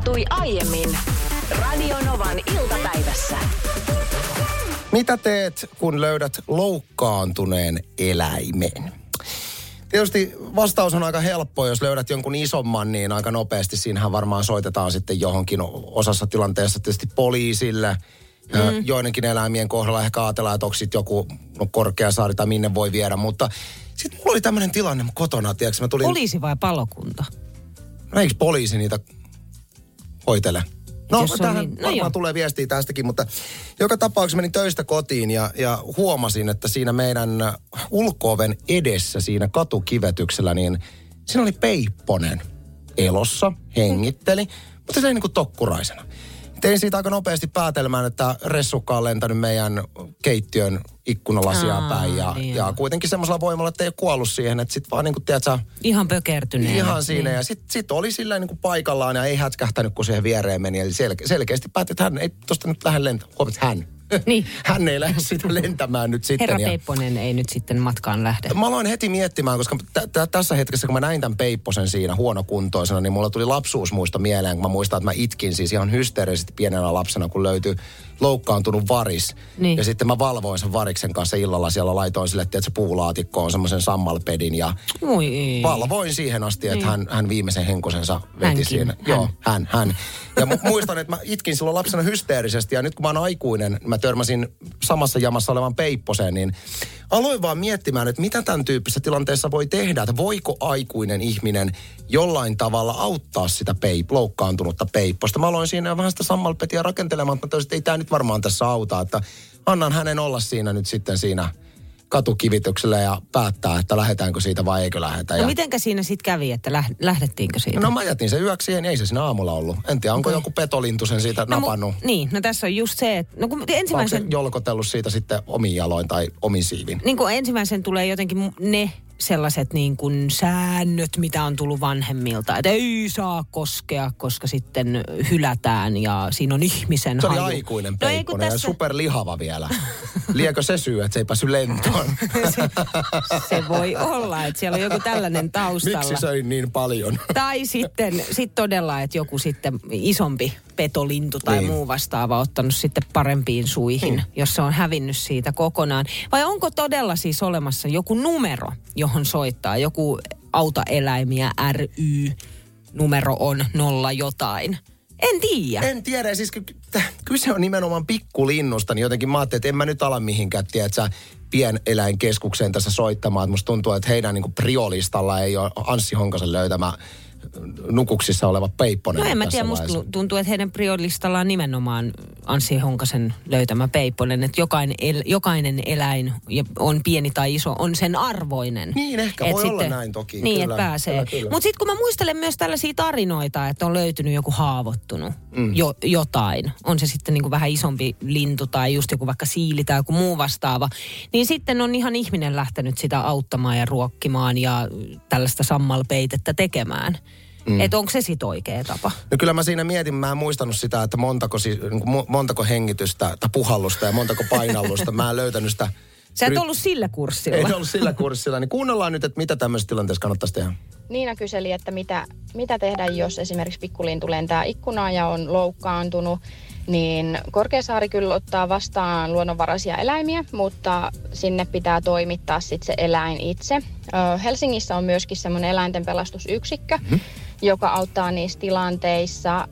tapahtui aiemmin Radio Novan iltapäivässä. Mitä teet, kun löydät loukkaantuneen eläimen? Tietysti vastaus on aika helppo, jos löydät jonkun isomman, niin aika nopeasti siinähän varmaan soitetaan sitten johonkin osassa tilanteessa tietysti poliisille. Joidenkin eläimien kohdalla ehkä ajatellaan, että onko sitten joku Korkeasaari tai minne voi viedä, mutta sitten mulla oli tämmöinen tilanne kotona, tiedätkö, mä tulin... Poliisi vai palokunta? No eikö poliisi niitä hoitele? No tähän niin, varmaan tulee viestiä tästäkin, mutta joka tapauksessa menin töistä kotiin ja huomasin, että siinä meidän ulko-oven edessä siinä katukivetyksellä, niin siinä oli peipponen elossa, hengitteli, mutta se ei niin kuin tokkuraisena. Tein siitä aika nopeasti päätelmään, että ressukka on lentänyt meidän keittiön ikkunalasia päin ja kuitenkin semmoisella voimalla, että ei ole kuollut siihen, että sit vaan niin kuin, tiedätkö... Ihan pökertyneen. Ihan siinä ja sit oli sillä niin kuin paikallaan ja ei hätkähtänyt, kun siihen viereen meni. Eli selkeästi päätti, että hän ei tosta nyt lähde lentämään. Huomaat, hän. Niin. Hän ei lähde sitä lentämään nyt sitten. Herra Peipponen ei nyt sitten matkaan lähde. Mä aloin heti miettimään, koska tässä hetkessä, kun mä näin tämän Peipposen siinä huonokuntoisena, niin mulla tuli lapsuusmuisto mieleen, kun mä muistan, että mä itkin siis ihan hysteerisesti pienenä lapsena, kun löytyi loukkaantunut varis. Niin. Ja sitten mä valvoin sen variksen kanssa illalla siellä, laitoin sille, että puulaatikkoon semmoisen sammalpedin ja valvoin siihen asti, että hän viimeisen henkosensa veti siinä. Joo, hän. Ja muistan, että mä itkin silloin lapsena hysteerisesti ja nyt kun mä oon aikuinen, mä törmäsin samassa jamassa olevan Peipposeen, niin aloin vaan miettimään, että mitä tämän tyyppisessä tilanteessa voi tehdä, että voiko aikuinen ihminen jollain tavalla auttaa sitä loukkaantunutta Peipposta. Mä aloin siinä vähän sitä sammalpetiä rakentelemaan, mutta että ei tämä nyt varmaan tässä auta, että annan hänen olla siinä nyt sitten siinä katukivityksellä ja päättää, että lähdetäänkö siitä vai eikö lähdetä. No mitenkä siinä sitten kävi, että lähdettiinkö siitä? No mä jätin sen yöksi siihen, ei se siinä aamulla ollut. En tiedä, onko joku petolintu sen siitä napannut. No tässä on just se, että... No, ensimmäisen... Onko se jolkotellut siitä sitten omin jaloin tai omin siivin? Niin kuin ensimmäisen tulee jotenkin ne sellaiset niin kuin säännöt, mitä on tullut vanhemmilta. Että ei saa koskea, koska sitten hylätään ja siinä on ihmisen se haju. Se oli aikuinen Peipponen ja superlihava vielä. Liekö se syy, että se ei päässyt lentoon? se voi olla, että siellä on joku tällainen taustalla. Miksi söin niin paljon? Tai sitten todella, että joku sitten isompi petolintu tai muu vastaava ottanut sitten parempiin suihin, jos se on hävinnyt siitä kokonaan. Vai onko todella siis olemassa joku numero, johon soittaa? Joku autaeläimiä ry-numero on 0 jotain. En tiedä. En tiedä. Siis kyse on nimenomaan pikkulinnusta, niin jotenkin mä ajattelin, että en mä nyt ala mihinkään, tiedätkö, pieneläinkeskukseen tässä soittamaan. Että musta tuntuu, että heidän niin kuin priolistalla ei ole Anssi Honkasen löytämä nukuksissa oleva Peipponen. No en mä tiedä, musta tuntuu, että heidän priolistallaan on nimenomaan Anssi Honkasen löytämä Peipponen, että jokainen eläin, on pieni tai iso, on sen arvoinen. Niin, ehkä voi sitten olla näin toki. Niin, että pääsee. Mutta sitten kun mä muistelen myös tällaisia tarinoita, että on löytynyt joku haavoittunut jotain, on se sitten niinku vähän isompi lintu tai just joku vaikka siili tai joku muu vastaava, niin sitten on ihan ihminen lähtenyt sitä auttamaan ja ruokkimaan ja tällaista sammalpeitettä tekemään. Että onko se sitten oikea tapa? No kyllä mä siinä mietin, mä en muistanut sitä, että montako hengitystä tai puhallusta ja montako painallusta. Mä en löytänyt sitä. Sä et ollut sillä kurssilla. Ei ollut sillä kurssilla. Niin kuunnellaan nyt, että mitä tämmöisessä tilanteessa kannattaisi tehdä. Niina kyseli, että mitä tehdä, jos esimerkiksi pikkulintu lentää ikkunaan ja on loukkaantunut. Niin Korkeasaari kyllä ottaa vastaan luonnonvaraisia eläimiä, mutta sinne pitää toimittaa sitten se eläin itse. Helsingissä on myöskin semmoinen eläinten pelastusyksikkö, joka auttaa niissä tilanteissa.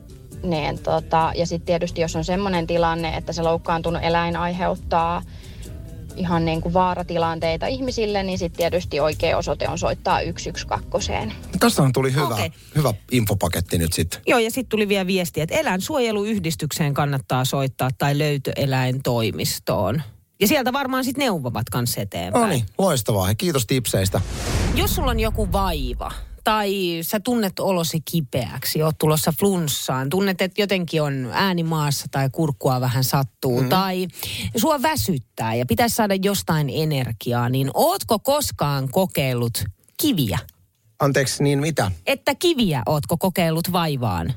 Ja sitten tietysti, jos on semmoinen tilanne, että se loukkaantunut eläin aiheuttaa ihan niin kuin vaaratilanteita ihmisille, niin sitten tietysti oikea osoite on soittaa 112. Tässähän tuli hyvä infopaketti nyt sitten. Joo, ja sitten tuli vielä viesti, että eläinsuojeluyhdistykseen kannattaa soittaa tai löytöeläintoimistoon. Ja sieltä varmaan sitten neuvovat kanssa eteenpäin. No niin, loistavaa. Kiitos tipseistä. Jos sulla on joku vaiva tai sä tunnet olosi kipeäksi, oot tulossa flunssaan, tunnet, että jotenkin on ääni maassa tai kurkkua vähän sattuu, tai sua väsyttää ja pitäisi saada jostain energiaa, niin ootko koskaan kokeillut kiviä? Anteeksi, niin mitä? Että kiviä ootko kokeillut vaivaan?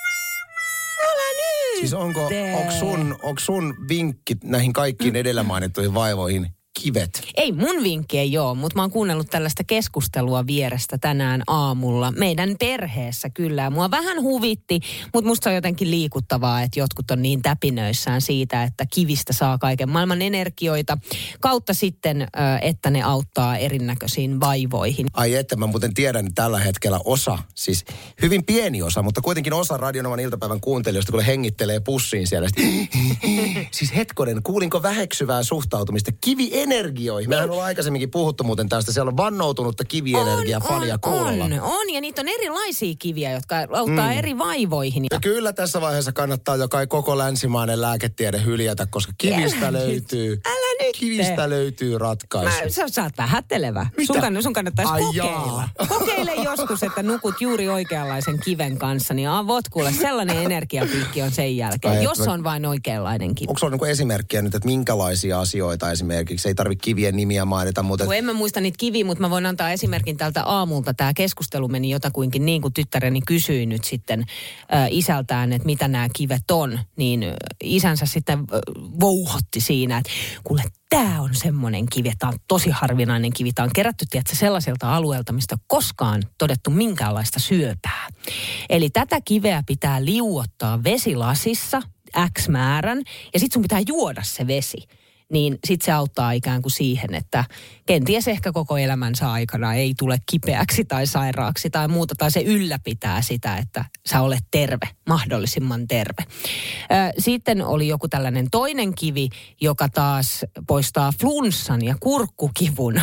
Älä nyt! Siis onko sun vinkki näihin kaikkiin edellä mainittuihin vaivoihin kivet. Ei, mun vinkki ei ole, mutta mä oon kuunnellut tällaista keskustelua vierestä tänään aamulla. Meidän perheessä kyllä. Ja mua vähän huvitti, mutta musta se on jotenkin liikuttavaa, että jotkut on niin täpinöissään siitä, että kivistä saa kaiken maailman energioita. Kautta sitten, että ne auttaa erinäköisiin vaivoihin. Ai että mä muuten tiedän tällä hetkellä osa, siis hyvin pieni osa, mutta kuitenkin osa Radio Novan iltapäivän kuuntelijoista, kun hengittelee pussiin siellä. Siis hetkonen, kuulinko väheksyvää suhtautumista kivienergioihin? Mehän ollaan aikaisemminkin puhuttu muuten tästä. Siellä on vannoutunutta kivienergiaa fania kuulolla. On, ja niitä on erilaisia kiviä, jotka auttaa eri vaivoihin. Ja kyllä tässä vaiheessa kannattaa joka koko länsimainen lääketiede hyljätä, koska kivistä löytyy. Älä nyt. Kivistä löytyy ratkaisu. Sä oot vähättelevä. Sun kannattaisi kokeilla. Kokeile joskus, että nukut juuri oikeanlaisen kiven kanssa, niin voit kuulla, sellainen energiapiikki on sen jälkeen, jos on vain oikeanlainen kivi. Onko sulla niin esimerkkiä nyt, että minkälaisia asioita esimerkiksi? Ei tarvitse kivien nimiä mainita, mutta... En mä muista niitä kiviä, mutta mä voin antaa esimerkin tältä aamulta. Tämä keskustelu meni jotakuinkin niin, kuin tyttäreni kysyi nyt sitten isältään, että mitä nämä kivet on. Niin isänsä sitten vouhotti siinä, että kuule, tämä on semmoinen kivi, tämä on tosi harvinainen kivi. Tämä on kerätty, tiedätkö, sellaiselta alueelta, mistä on koskaan todettu minkäänlaista syöpää. Eli tätä kiveä pitää liuottaa vesilasissa X määrän, ja sitten sun pitää juoda se vesi. Niin sitten se auttaa ikään kuin siihen, että kenties ehkä koko elämänsä aikana ei tule kipeäksi tai sairaaksi tai muuta. Tai se ylläpitää sitä, että sä olet terve, mahdollisimman terve. Sitten oli joku tällainen toinen kivi, joka taas poistaa flunssan ja kurkkukivun.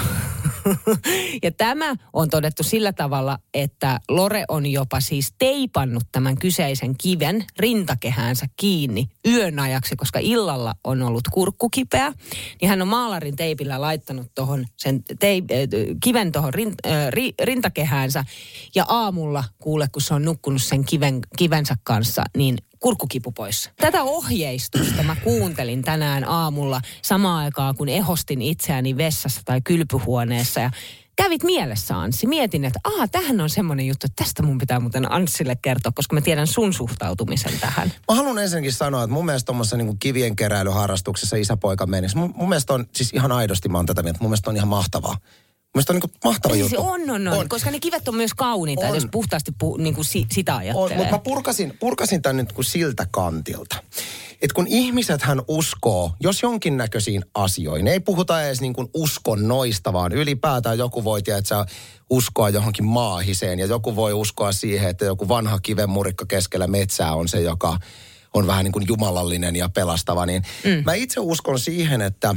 Ja tämä on todettu sillä tavalla, että Lore on jopa siis teipannut tämän kyseisen kiven rintakehäänsä kiinni yön ajaksi, koska illalla on ollut kurkkukipeä. Niin hän on maalarin teipillä laittanut tohon sen kiven tuohon rintakehäänsä. Ja aamulla, kuule, kun se on nukkunut sen kivensä kanssa, niin kurkkukipu pois. Tätä ohjeistusta mä kuuntelin tänään aamulla samaan aikaan, kun ehostin itseäni vessassa tai kylpyhuoneessa. Ja kävit mielessä, Anssi. Mietin, että tämähän on semmoinen juttu, että tästä mun pitää muuten Anssille kertoa, koska mä tiedän sun suhtautumisen tähän. Mä haluan ensinnäkin sanoa, että mun mielestä tuommoisessa niin kivien keräilyharrastuksessa isäpoika menissä, mun mielestä on, siis ihan aidosti mä oon tätä mieltä, mun mielestä on ihan mahtavaa. Mielestäni on niin mahtava juttu. On, koska ne kivet on myös kauniita, jos puhtaasti sitä ajattelee. Mutta mä purkasin tämän nyt siltä kantilta. Että kun ihmisethän uskoo, jos jonkinnäköisiin asioihin, ei puhuta edes niin kuin uskonnoista, vaan ylipäätään joku voi tiedä, uskoa johonkin maahiseen ja joku voi uskoa siihen, että joku vanha kivenmurikka keskellä metsää on se, joka on vähän niin kuin jumalallinen ja pelastava. Niin mä itse uskon siihen, että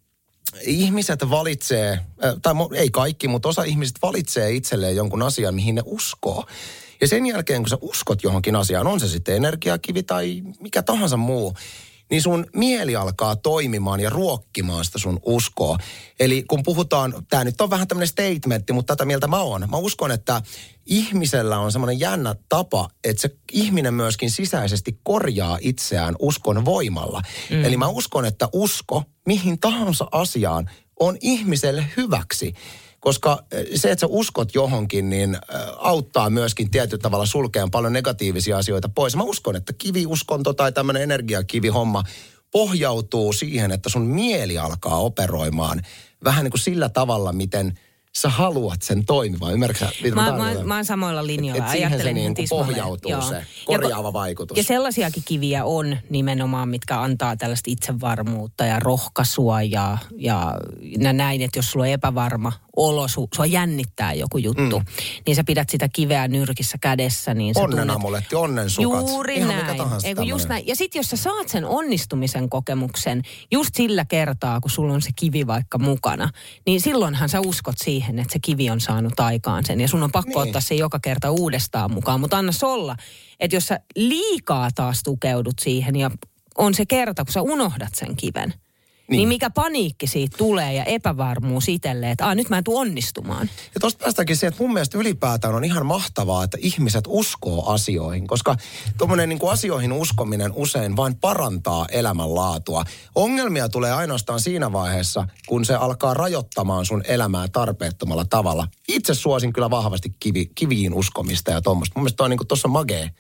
ihmiset valitsee, tai ei kaikki, mutta osa ihmisistä valitsee itselleen jonkun asian, mihin ne uskoo. Ja sen jälkeen, kun sä uskot johonkin asiaan, on se sitten energiakivi tai mikä tahansa muu, niin sun mieli alkaa toimimaan ja ruokkimaan sitä sun uskoa. Eli kun puhutaan, tää nyt on vähän tämmöinen statementti, mutta tätä mieltä mä oon. Mä uskon, että ihmisellä on semmoinen jännä tapa, että se ihminen myöskin sisäisesti korjaa itseään uskon voimalla. Eli mä uskon, että usko mihin tahansa asiaan on ihmiselle hyväksi. Koska se, että sä uskot johonkin, niin auttaa myöskin tietyllä tavalla sulkemaan paljon negatiivisia asioita pois. Mä uskon, että kiviuskonto tai tämmöinen energiakivihomma pohjautuu siihen, että sun mieli alkaa operoimaan vähän niin kuin sillä tavalla, miten sä haluat sen toimivan. Ymmärrätkö sä? Mä oon samoilla linjoilla. Että siihen se niin pohjautuu se korjaava vaikutus. Ja sellaisiakin kiviä on nimenomaan, mitkä antaa tällaista itsevarmuutta ja rohkaisua ja näin, että jos sulla on epävarma olo, sua jännittää joku juttu, niin sä pidät sitä kiveä nyrkissä kädessä. Niin onnenamuletti, onnensukat. Juuri ihan näin. Just näin. Ja sit jos sä saat sen onnistumisen kokemuksen just sillä kertaa, kun sulla on se kivi vaikka mukana, niin silloinhan sä uskot siihen, että se kivi on saanut aikaan sen. Ja sun on pakko ottaa se joka kerta uudestaan mukaan. Mutta anna olla, että jos sä liikaa taas tukeudut siihen ja on se kerta, kun sä unohdat sen kiven, niin mikä paniikki siitä tulee ja epävarmuus itselleen, että nyt mä en tule onnistumaan. Ja tosta päästäänkin siihen, että mun mielestä ylipäätään on ihan mahtavaa, että ihmiset uskoo asioihin, koska tuommoinen niin kuin asioihin uskominen usein vain parantaa elämänlaatua. Ongelmia tulee ainoastaan siinä vaiheessa, kun se alkaa rajoittamaan sun elämää tarpeettomalla tavalla. Itse suosin kyllä vahvasti kiviin uskomista ja tuommoista. Mun mielestä on niin kuin tuossa magee.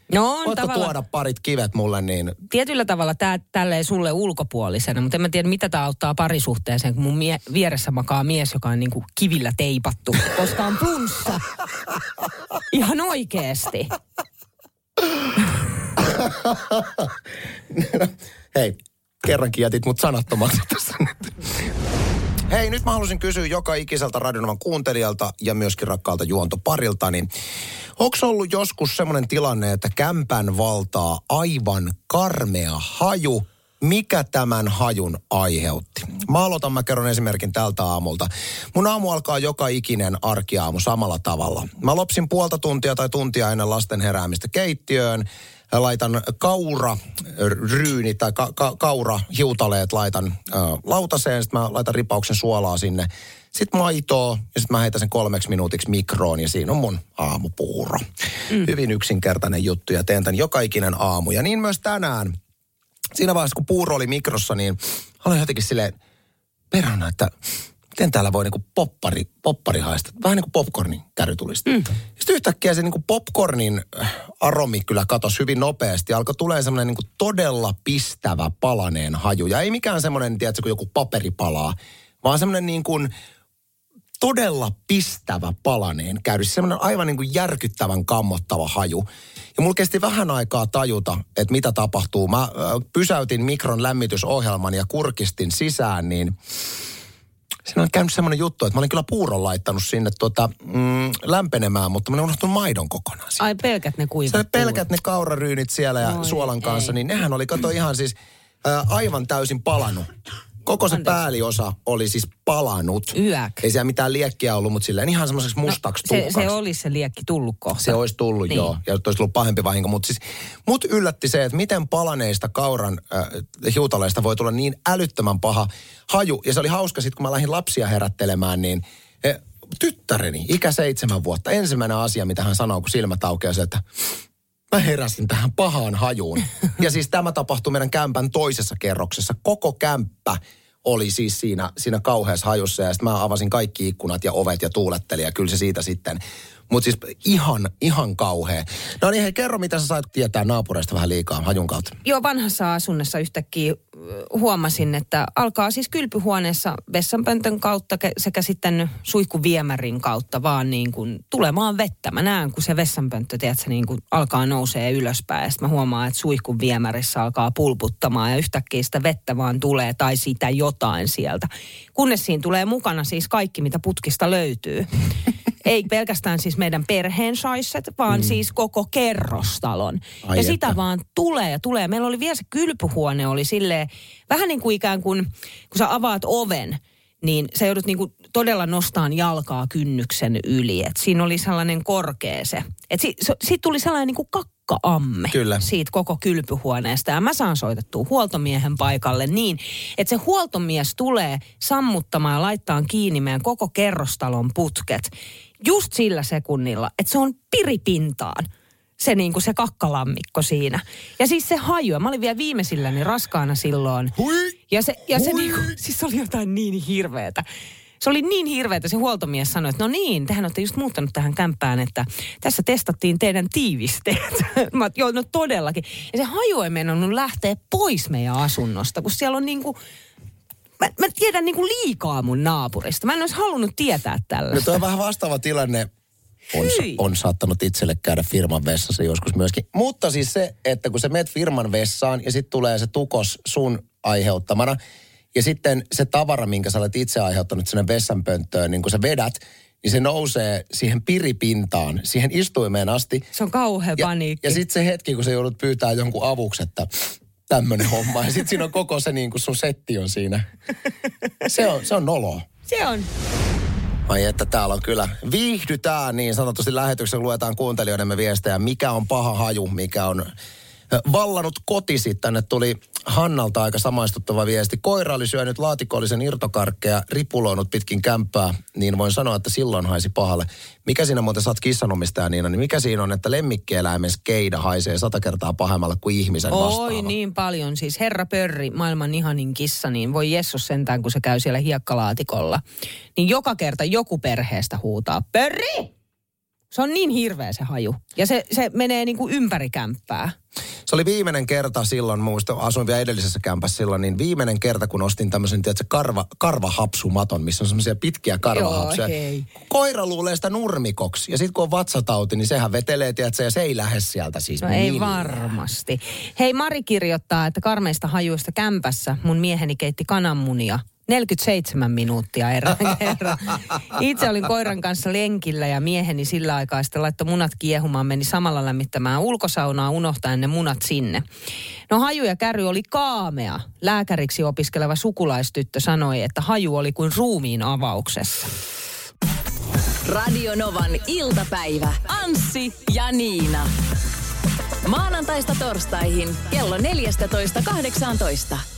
No on Voitko tuoda parit kivet mulle niin? Tietyllä tavalla tälleen sulle ulkopuolisena, mutta en mä tiedä, mitä tämä auttaa parisuhteeseen, kun mun vieressä makaa mies, joka on niinku kivillä teipattu, koska on plunssa. Ihan oikeesti. Hei, kerrankin jätit mut sanattomaksi tässä nyt. Hei, nyt mä haluaisin kysyä joka ikiseltä Radio Novan kuuntelijalta ja myöskin rakkaalta juontoparilta, niin onko ollut joskus semmoinen tilanne, että kämpän valtaa aivan karmea haju? Mikä tämän hajun aiheutti? Mä kerron esimerkin tältä aamulta. Mun aamu alkaa joka ikinen arkiaamu samalla tavalla. Mä lopsin puolta tuntia tai tuntia ennen lasten heräämistä keittiöön. Laitan kauraryyni tai kaurahiutaleet laitan lautaseen, sitten mä laitan ripauksen suolaa sinne. Sitten maitoa ja sitten mä heitän sen 3 minuutiksi mikroon ja siinä on mun aamupuuro. Hyvin yksinkertainen juttu ja teen tämän joka ikinen aamu. Ja niin myös tänään. Siinä vaiheessa, kun puuro oli mikrossa, niin olin jotenkin silleen perhana, että miten täällä voi niinku poppari haista. Vähän niin kuin popcornin kärytulista. Sitten yhtäkkiä se niinku popcornin aromi kyllä katosi hyvin nopeasti. Alkoi tulee semmoinen niinku todella pistävä palaneen haju. Ja ei mikään semmoinen, tiedätkö, kun joku paperi palaa, vaan semmoinen niin kuin todella pistävä palaneen käyrys. Semmoinen aivan niin kuin järkyttävän kammottava haju. Ja mulla kesti vähän aikaa tajuta, että mitä tapahtuu. Mä pysäytin mikron lämmitysohjelman ja kurkistin sisään, niin siinä on käynyt semmoinen juttu, että mä olin kyllä puuron laittanut sinne lämpenemään, mutta mä olin unohtunut maidon kokonaan. Ai pelkät ne kuivat pelkät ne kauraryynit siellä ja suolan kanssa, niin nehän oli, kato ihan siis aivan täysin palanut. Koko se pääliosa oli siis palanut. Yäk. Ei siellä mitään liekkiä ollut, mutta silleen ihan semmoiseksi mustaksi tuhkaksi. Se olisi se liekki tullut kohta. Se olisi tullut, niin. Joo. Ja olisi tullut pahempi vahinko. Mutta siis mut yllätti se, että miten palaneista kauran hiutaleista voi tulla niin älyttömän paha haju. Ja se oli hauska sitten, kun mä lähdin lapsia herättelemään, niin tyttäreni, ikä 7 vuotta, ensimmäinen asia, mitä hän sanoo, kun silmät aukeaa, se, että mä heräsin tähän pahaan hajuun. Ja siis tämä tapahtui meidän kämpän toisessa kerroksessa. Koko kämppä oli siis siinä kauheassa hajussa. Ja sitten mä avasin kaikki ikkunat ja ovet ja tuulettelin. Ja kyllä se siitä sitten. Mutta siis ihan kauhea. No niin, hei, kerro, mitä sä sait tietää naapureista vähän liikaa hajun kautta. Joo, vanhassa asunnossa yhtäkkiä huomasin, että alkaa siis kylpyhuoneessa vessanpöntön kautta sekä sitten suihkuviemärin kautta vaan niin kuin tulemaan vettä. Mä näen, kun se vessanpönttö, tiedätkö, niin kuin alkaa nousee ylöspäin. Ja sitten mä huomaan, että suihkuviemärissä alkaa pulputtamaan ja yhtäkkiä sitä vettä vaan tulee tai sitä jotain sieltä. Kunnes siinä tulee mukana siis kaikki, mitä putkista löytyy. Ei pelkästään siis meidän perheen shaisset, vaan siis koko kerrostalon. Ai ja että. sitä vaan tulee ja tulee. Meillä oli vielä se kylpyhuone oli silleen, vähän niin kuin ikään kuin, kun sä avaat oven, niin sä joudut niin kuin todella nostamaan jalkaa kynnyksen yli. Et siinä oli sellainen korkea se. Et siitä tuli sellainen niin kuin kakka-amme. Kyllä. Siitä koko kylpyhuoneesta. Ja mä saan soitettua huoltomiehen paikalle niin, että se huoltomies tulee sammuttamaan ja laittaa kiinni meidän koko kerrostalon putket. Just sillä sekunnilla, että se on piripintaan. Se niinku se kakkalammikko siinä. Ja siis se haju, mä olin vielä viimeisilläni raskaana silloin. Hui! Ja se niinku, siis se oli jotain niin hirveetä. Se oli niin hirveetä, se huoltomies sanoi, että no niin, tehän olette just muuttanut tähän kämppään, että tässä testattiin teidän tiivisteet. Mä oon, joo, no todellakin. Ja se haju ei meinannut lähteä pois meidän asunnosta, kun siellä on niinku, mä tiedän niinku liikaa mun naapurista. Mä en olisi halunnut tietää tällaista. No toi on vähän vastaava tilanne. On saattanut itselle käydä firman vessassa joskus myöskin. Mutta siis se, että kun sä menet firman vessaan ja sitten tulee se tukos sun aiheuttamana. Ja sitten se tavara, minkä sä olet itse aiheuttanut sinne vessanpönttöön, niin kun sä vedät, niin se nousee siihen piripintaan, siihen istuimeen asti. Se on kauhea paniikki. Ja sitten se hetki, kun sä joudut pyytää jonkun avuksi, että tämmönen homma. Ja sitten siinä on koko se niin kuin sun setti on siinä. Se on noloa. Se on. Ai että täällä on kyllä. Viihdytään niin sanotusti lähetyksessä, luetaan kuuntelijoidemme viestejä, mikä on paha haju, mikä on vallannut kotisi. Tänne tuli Hannalta aika samaistuttava viesti. Koira oli syönyt laatikollisen irtokarkkeja, ripuloinut pitkin kämppää, niin voin sanoa, että silloin haisi pahalle. Mikä siinä muuten, sä oot kissanomistaja Niina, niin mikä siinä on, että lemmikkieläimen skeida haisee 100 kertaa pahemmalle kuin ihmisen vastaava? Oi niin paljon. Siis herra Pörri, maailman ihanin kissa, niin voi jessus sentään, kun se käy siellä hiekkalaatikolla. Niin joka kerta joku perheestä huutaa, Pörri! Se on niin hirveä se haju. Ja se menee niin kuin ympäri kämppää. Se oli viimeinen kerta silloin, muistan, asuin vielä edellisessä kämpässä silloin, niin viimeinen kerta, kun ostin tämmöisen, tiedätkö, karvahapsumaton, missä on semmoisia pitkiä karvahapsuja. Koira luulee sitä nurmikoksi. Ja sitten kun on vatsatauti, niin sehän vetelee, tiedätkö, ja se ei lähde sieltä siis. No ei varmasti. Hei, Mari kirjoittaa, että karmeista hajuista kämpässä mun mieheni keitti kananmunia. 47 minuuttia erään kerran. Itse olin koiran kanssa lenkillä ja mieheni sillä aikaa sitten laittoi munat kiehumaan, meni samalla lämmittämään ulkosaunaa unohtaen ne munat sinne. No haju ja käry oli kaamea. Lääkäriksi opiskeleva sukulaistyttö sanoi, että haju oli kuin ruumiin avauksessa. Radio Novan iltapäivä. Anssi ja Niina. Maanantaista torstaihin kello 14.18.